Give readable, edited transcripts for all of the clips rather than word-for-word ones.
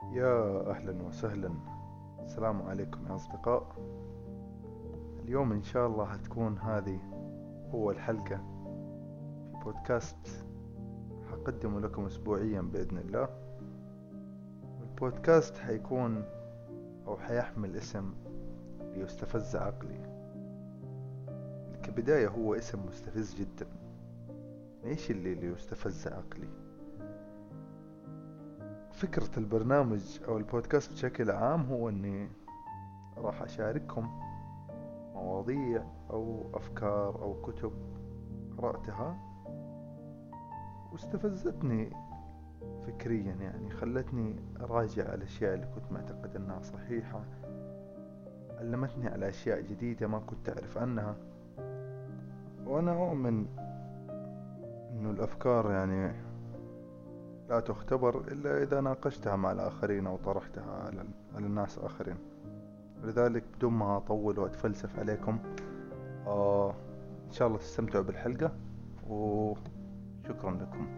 يا أهلا وسهلا. السلام عليكم يا أصدقاء. اليوم إن شاء الله هتكون هذه أول حلقة في بودكاست حقدمه لكم أسبوعيا بإذن الله. والبودكاست حيكون أو حيحمل اسم ليستفز عقلي. كبداية هو اسم مستفز جدا. إيش اللي ليستفز عقلي؟ فكرة البرنامج أو البودكاست بشكل عام هو أني راح أشارككم مواضيع أو أفكار أو كتب قرأتها واستفزتني فكريا، يعني خلتني أراجع الأشياء اللي كنت معتقد أنها صحيحة، علمتني على أشياء جديدة ما كنت أعرف عنها. وأنا أؤمن أنه الأفكار يعني لا تختبر إلا إذا ناقشتها مع الآخرين أو طرحتها على الناس الآخرين. لذلك بدون ما أطول وأتفلسف عليكم، إن شاء الله تستمتعوا بالحلقة وشكرا لكم.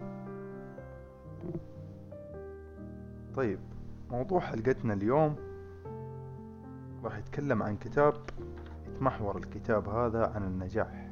طيب، موضوع حلقتنا اليوم راح يتكلم عن كتاب يتمحور الكتاب هذا عن النجاح.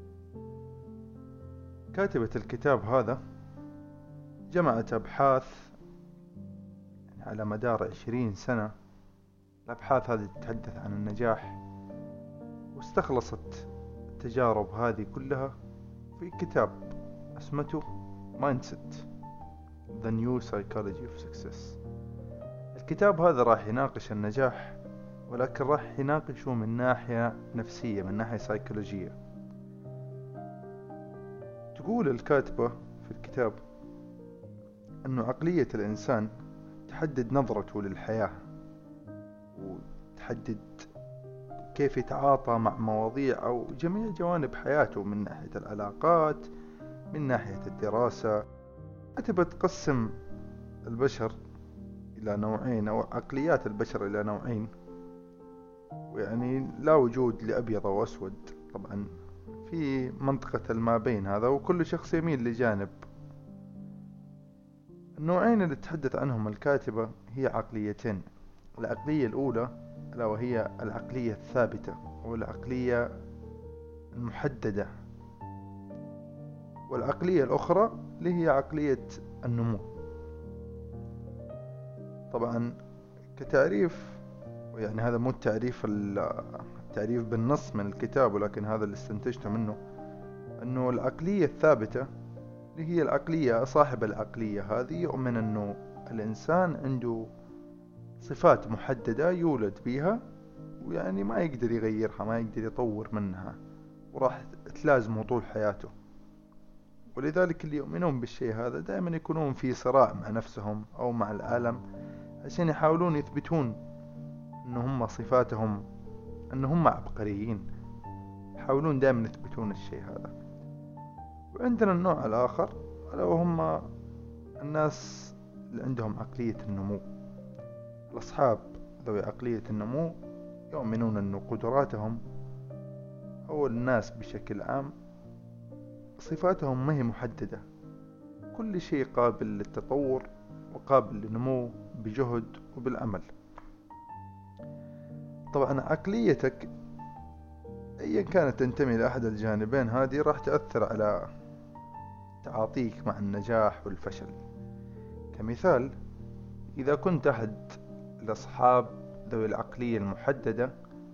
كاتبة الكتاب هذا جمعت أبحاث على مدار 20 سنة. الأبحاث هذه تتحدث عن النجاح، واستخلصت التجارب هذه كلها في كتاب اسمته Mindset: The New Psychology of Success. الكتاب هذا راح يناقش النجاح، ولكن راح يناقشه من ناحية نفسية، من ناحية سيكولوجية. تقول الكاتبة في الكتاب أنه عقلية الإنسان تحدد نظرته للحياة، وتحدد كيف يتعاطى مع مواضيع أو جميع جوانب حياته، من ناحية العلاقات، من ناحية الدراسة. كتبت تقسم البشر إلى نوعين، أو عقليات البشر إلى نوعين، ويعني لا وجود لأبيض وأسود طبعا، في منطقة الما بين هذا، وكل شخص يميل لجانب. النوعين اللي تحدث عنهم الكاتبة هي عقليتين. العقلية الأولى ألا وهي العقلية الثابتة أو العقلية المحددة، والعقلية الأخرى اللي هي عقلية النمو. طبعا كتعريف، يعني هذا مو التعريف بالنص من الكتاب، ولكن هذا اللي استنتجته منه، أنه العقلية الثابتة اللي هي العقلية، صاحب العقلية هذه يؤمن أنه الإنسان عنده صفات محددة يولد بها، ويعني ما يقدر يغيرها، ما يقدر يطور منها، وراح تلازمه طول حياته. ولذلك اللي يؤمنون بالشيء هذا دائما يكونون في صراع مع نفسهم أو مع العالم، عشان يحاولون يثبتون أنه هم صفاتهم، أنه هم عبقريين، يحاولون دائما يثبتون الشيء هذا. وعندنا النوع الآخر، وهم الناس اللي عندهم عقلية النمو. الأصحاب ذوي عقلية النمو يؤمنون أن قدراتهم أو الناس بشكل عام صفاتهم ما هي محددة، كل شيء قابل للتطور وقابل للنمو بجهد وبالعمل. طبعا عقليتك أيا كانت تنتمي لأحد الجانبين هذه راح تأثر على تعاطيك مع النجاح والفشل. كمثال، إذا كنت أحد الأصحاب ذوي العقلية المحددة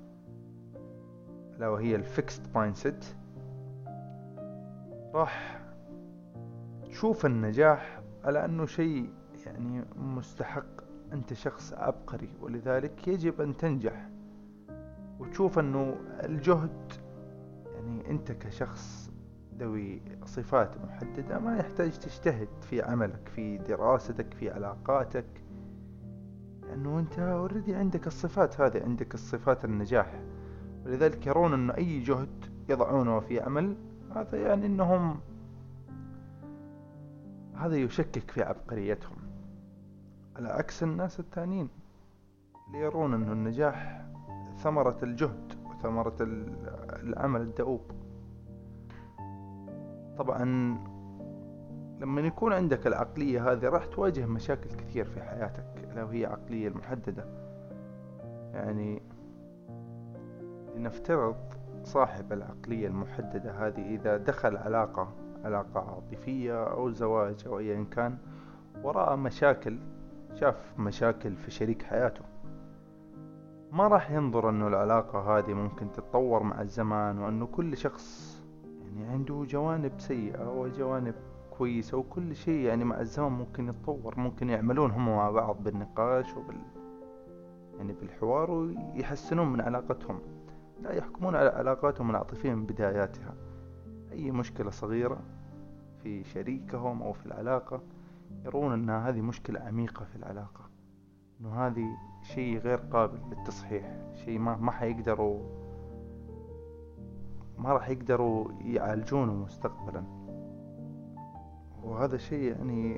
ألا وهي الفيكست مايندسيت، راح تشوف النجاح على أنه شيء يعني مستحق، أنت شخص عبقري ولذلك يجب أن تنجح، وتشوف أنه الجهد، يعني أنت كشخص ذوي صفات محددة ما يحتاج تجتهد في عملك، في دراستك، في علاقاتك، لأنه أنت أوريدي عندك الصفات هذه، عندك الصفات النجاح. ولذلك يرون أنه أي جهد يضعونه في عمل هذا يعني أنهم، هذا يشكك في عبقريتهم، على عكس الناس الثانيين اللي يرون أنه النجاح ثمرة الجهد وثمرة العمل الدؤوب. طبعا لما يكون عندك العقلية هذه راح تواجه مشاكل كثير في حياتك، ألا وهي عقلية المحددة. يعني لنفترض صاحب العقلية المحددة هذه إذا دخل علاقة عاطفية أو زواج أو أيا كان، ورأى مشاكل، شاف مشاكل في شريك حياته، ما راح ينظر أنه العلاقة هذه ممكن تتطور مع الزمان، وأنه كل شخص يعني عنده جوانب سيئة وجوانب كويسة، وكل شيء يعني مع الزمن ممكن يتطور، ممكن يعملون هم مع بعض بالنقاش يعني بالحوار ويحسنون من علاقتهم. لا، يحكمون على علاقاتهم العاطفية من بداياتها. أي مشكلة صغيرة في شريكهم أو في العلاقة يرون أن هذه مشكلة عميقة في العلاقة، أنه هذه شيء غير قابل للتصحيح، شيء ما راح يقدروا يعالجونه مستقبلا. وهذا شيء يعني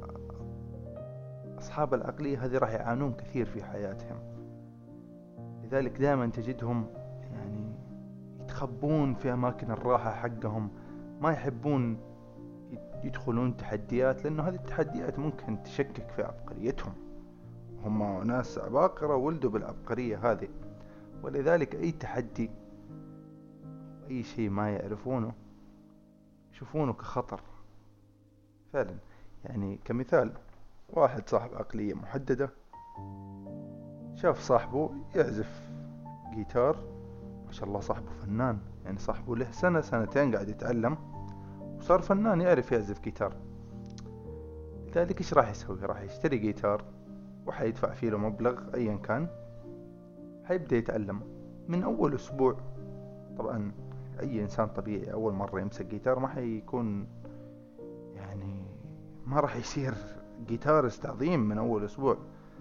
أصحاب العقلية هذه راح يعانون كثير في حياتهم. لذلك دائما تجدهم يعني يتخبون في أماكن الراحة حقهم، ما يحبون يدخلون تحديات، لأنه هذه التحديات ممكن تشكك في عبقريتهم. هم ناس عباقرة ولدوا بالعبقرية هذه، ولذلك أي تحدي، أي شيء ما يعرفونه يشوفونه كخطر فعلا. يعني كمثال، واحد صاحب عقلية محددة شاف صاحبه يعزف جيتار، ما شاء الله صاحبه فنان، يعني صاحبه له سنة سنتين قاعد يتعلم وصار فنان يعرف يعزف جيتار. لذلك ايش راح يسوي؟ راح يشتري جيتار وحيدفع فيه له مبلغ ايا كان، حيبدأ يتعلم من اول اسبوع. طبعا اي انسان طبيعي اول مرة يمسك جيتار ما حيكون يعني ما راح يصير جيتارست عظيم من اول اسبوع،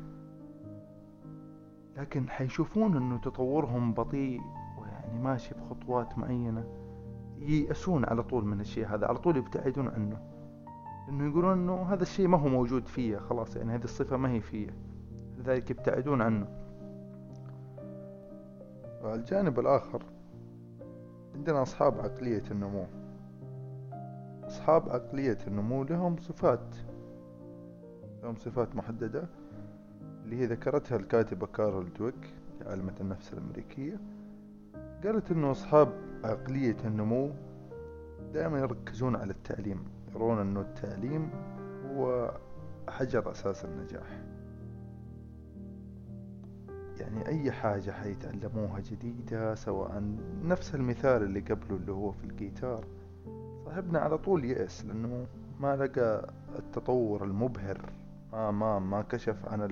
لكن حيشوفون انه تطورهم بطيء ويعني ماشي بخطوات معينة، ييأسون على طول من الشيء هذا، على طول يبتعدون عنه، انه يقولون انه هذا الشيء ما هو موجود فيه خلاص، يعني هذه الصفة ما هي فيه، لذلك يبتعدون عنه. وعلى الجانب الآخر عندنا أصحاب عقلية النمو. أصحاب عقلية النمو لهم صفات محددة اللي هي ذكرتها الكاتبة كارول دويك، عالمة النفس الأمريكية. قالت إنه أصحاب عقلية النمو دائما يركزون على التعليم، يرون إنه التعليم هو حجر أساس النجاح. يعني أي حاجة حيتعلموها جديدة، سواء نفس المثال اللي قبله اللي هو في الجيتار، صاحبنا على طول يأس لأنه ما لقى التطور المبهر، ما كشف عن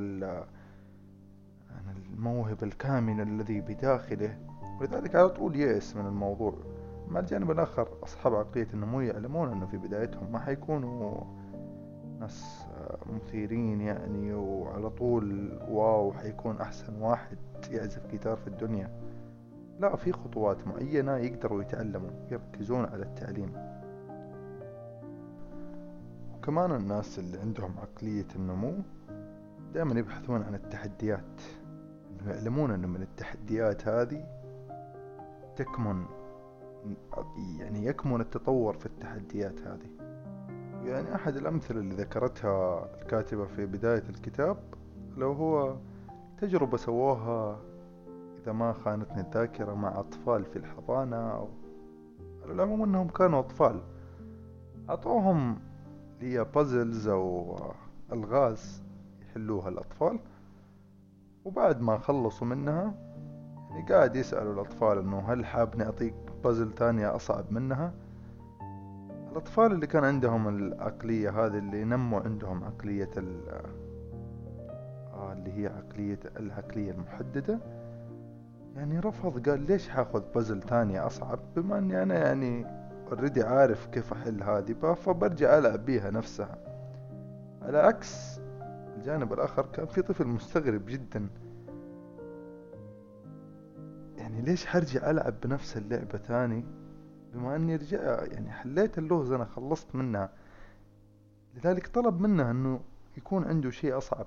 الموهبة الكامنة الذي بداخله، ولذلك على طول يأس من الموضوع. مع الجانب الآخر أصحاب عقلية النمو يعلمون أنه في بدايتهم ما حيكونوا ناس مثيرين يعني وعلى طول واو حيكون أحسن واحد يعزف جيتار في الدنيا، لا، في خطوات معينة يقدروا يتعلموا، يركزون على التعليم. وكمان الناس اللي عندهم عقلية النمو دائما يبحثون عن التحديات، إنه يعلمون أنه من التحديات هذه يكمن التطور في التحديات هذه. يعني أحد الأمثلة اللي ذكرتها الكاتبة في بداية الكتاب لو هو تجربة سووها، إذا ما خانتني الذاكرة، مع أطفال في الحضانة أو على العموم أنهم كانوا أطفال، أعطوهم هي بازلز أو ألغاز يحلوها الأطفال، وبعد ما خلصوا منها يعني قاعد يسألوا الأطفال أنه هل حاب نعطيك بازل ثانية أصعب منها. الأطفال اللي كان عندهم العقلية هذه، اللي نموا عندهم عقلية اللي هي العقلية المحددة، يعني رفض، قال ليش حاخذ بازل ثانية أصعب بما أني أنا يعني اوريدي عارف كيف أحل هذه، فبرجع ألعب بيها نفسها. على عكس الجانب الآخر كان في طفل مستغرب جدا، يعني ليش حرجع ألعب بنفس اللعبة ثاني بما أني يعني حليت اللغز، أنا خلصت منها. لذلك طلب منه أنه يكون عنده شيء أصعب.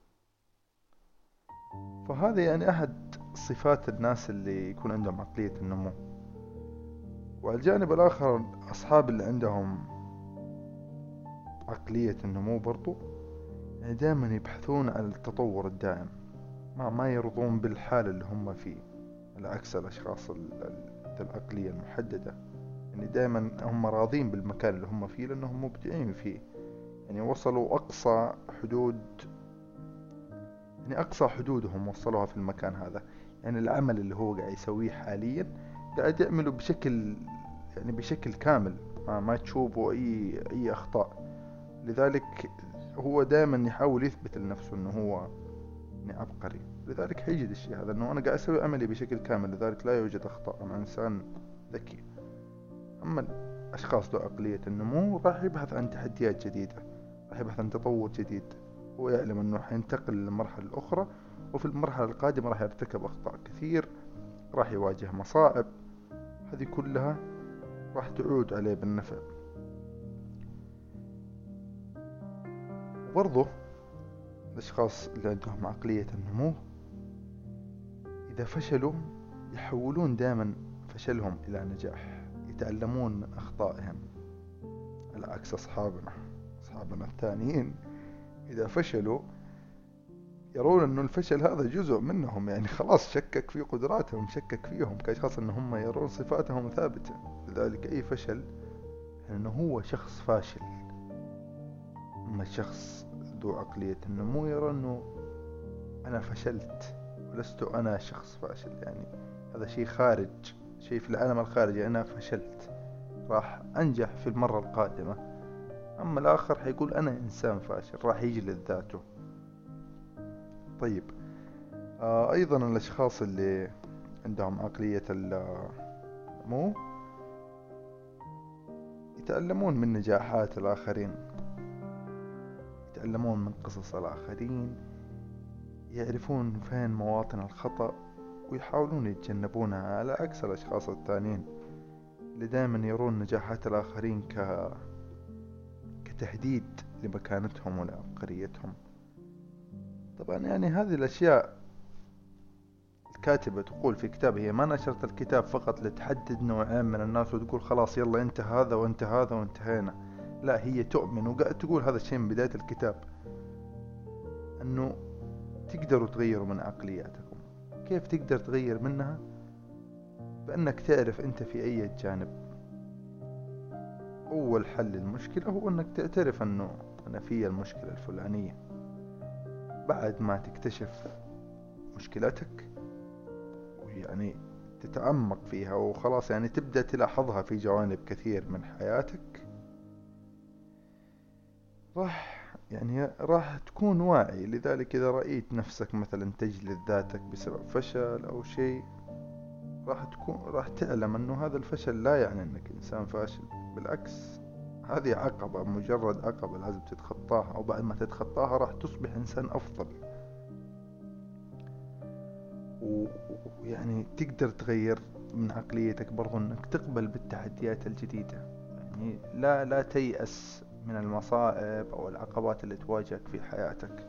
فهذا يعني أحد صفات الناس اللي يكون عندهم عقلية النمو. وعلى الجانب الآخر أصحاب اللي عندهم عقلية النمو برضو، يعني دائما يبحثون عن التطور الدائم، ما يرضون بالحال اللي هم فيه، على عكس الأشخاص العقلية المحددة. يعني دائما هم راضين بالمكان اللي هم فيه لأنهم مبدعين فيه، يعني وصلوا أقصى حدود، يعني أقصى حدودهم وصلوها في المكان هذا. يعني العمل اللي هو قاعد يسويه حاليا قاعد يعمله بشكل، يعني بشكل كامل، ما تشوفوا أي أخطاء. لذلك هو دائما يحاول يثبت لنفسه أنه هو يعني عبقري، لذلك حيجد الشيء هذا، أنه أنا قاعد أسوي عملي بشكل كامل، لذلك لا يوجد أخطاء، أنا إنسان ذكي. أما الأشخاص ذو عقلية النمو راح يبحث عن تحديات جديدة، راح يبحث عن تطور جديد، هو يعلم أنه حينتقل للمرحلة الأخرى، وفي المرحلة القادمة راح يرتكب أخطاء كثير، راح يواجه مصاعب، هذه كلها راح تعود عليه بالنفع. وبرضه الأشخاص اللي عندهم عقلية النمو إذا فشلوا يحولون دائما فشلهم إلى نجاح، يتعلمون من أخطائهم، على عكس أصحابنا الثانيين إذا فشلوا يرون أنه الفشل هذا جزء منهم، يعني خلاص شكك في قدراتهم، شكك فيهم كأشخاص، أنه هم يرون صفاتهم ثابتة، لذلك أي فشل يعني أنه هو شخص فاشل. أما الشخص ذو عقلية النمو يرى أنه أنا فشلت ولست أنا شخص فاشل، يعني هذا شيء خارج، شيء في العالم الخارجي، أنا فشلت راح أنجح في المرة القادمة. أما الآخر حيقول أنا إنسان فاشل، راح يجلد ذاته. طيب أيضا الأشخاص اللي عندهم عقلية النمو يتعلمون من نجاحات الآخرين، يتعلمون من قصص الآخرين، يعرفون فين مواطن الخطأ ويحاولون يتجنبونها، على عكس الأشخاص الثانيين اللي دائما يرون نجاحات الآخرين كتهديد لمكانتهم ولعبقريتهم. طبعا يعني هذه الأشياء الكاتبة تقول في كتابها، هي ما نشرت الكتاب فقط لتحدد نوعين من الناس وتقول خلاص يلا انت هذا وانت هذا وانتهينا، لا، هي تؤمن وقاعد تقول هذا الشيء من بداية الكتاب، انه تقدروا تغيروا من عقلياتكم. كيف تقدر تغير منها؟ بأنك تعرف انت في اي جانب. اول حل للمشكلة هو انك تعترف انه انا في المشكلة الفلانية. بعد ما تكتشف مشكلتك ويعني تتعمق فيها وخلاص، يعني تبدأ تلاحظها في جوانب كثير من حياتك، راح تكون واعي. لذلك إذا رأيت نفسك مثلا تجلد ذاتك بسبب فشل أو شيء، راح تعلم أنه هذا الفشل لا يعني أنك إنسان فاشل، بالعكس هذه عقبة، مجرد عقبة لازم تتخطاها، وبعد ما تتخطاها راح تصبح إنسان أفضل. ويعني تقدر تغير من عقليتك برضو أنك تقبل بالتحديات الجديدة، يعني لا تيأس من المصائب أو العقبات اللي تواجهك في حياتك.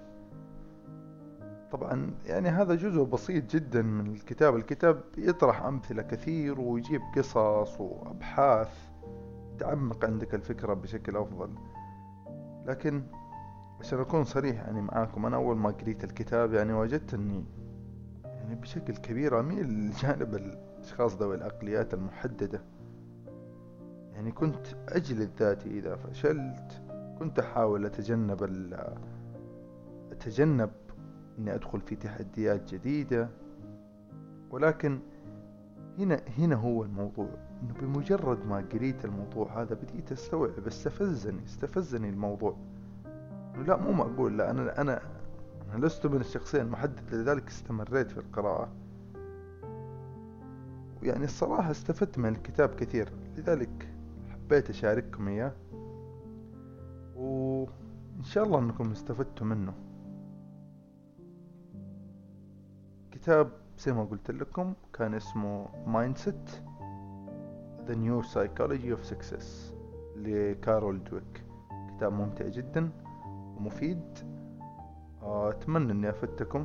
طبعا يعني هذا جزء بسيط جدا من الكتاب يطرح أمثلة كثير ويجيب قصص وأبحاث تعمق عندك الفكرة بشكل أفضل. لكن عشان أكون صريح يعني معاكم، أنا أول ما قريت الكتاب يعني وجدت أني يعني بشكل كبير أميل لجانب الأشخاص ذوي العقليات المحددة. يعني كنت أجلد ذاتي إذا فشلت، كنت أحاول أتجنب أني أدخل في تحديات جديدة. ولكن هنا هو الموضوع، أنه بمجرد ما قريت الموضوع هذا بديت أستوعب، استفزني الموضوع، أنه لا مو معقول، لا أنا لست من الشخصين المحدد، لذلك استمريت في القراءة. ويعني الصراحة استفدت من الكتاب كثير، لذلك حبيت أشارككم إياه، وإن شاء الله أنكم استفدتوا منه. كتاب زي ما قلت لكم كان اسمه Mindset The New Psychology of Success لكارول دويك. كتاب ممتع جدا ومفيد، أتمنى أني أفدتكم،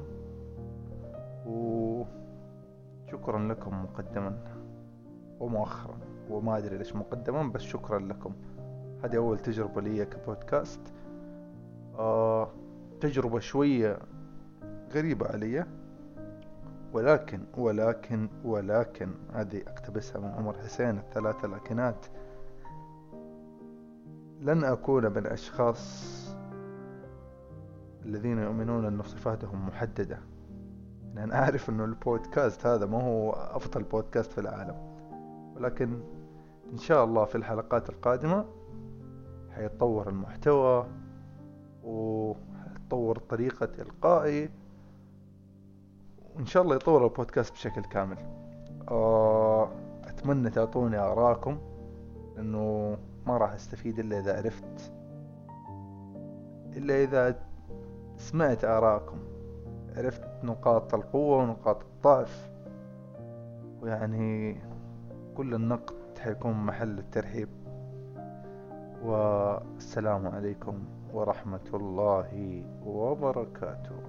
وشكرا لكم مقدما ومؤخرا، وما أدري ليش مقدما، بس شكرا لكم. هذه أول تجربة لي كبودكاست. تجربة شوية غريبة علي، ولكن هذه أقتبسها من عمر حسين، الثلاثة لكنات. لن أكون من أشخاص الذين يؤمنون أن صفاتهم محددة. أنا أعرف أنه البودكاست هذا ما هو أفضل بودكاست في العالم، ولكن إن شاء الله في الحلقات القادمة حيتطور المحتوى وحيتطور طريقة إلقائي، وإن شاء الله يطور البودكاست بشكل كامل. أتمنى تعطوني آراءكم، لأنه ما راح أستفيد إلا إذا سمعت آراءكم، عرفت نقاط القوة ونقاط الضعف، ويعني كل النقد حيكون محل الترحيب. والسلام عليكم ورحمة الله وبركاته.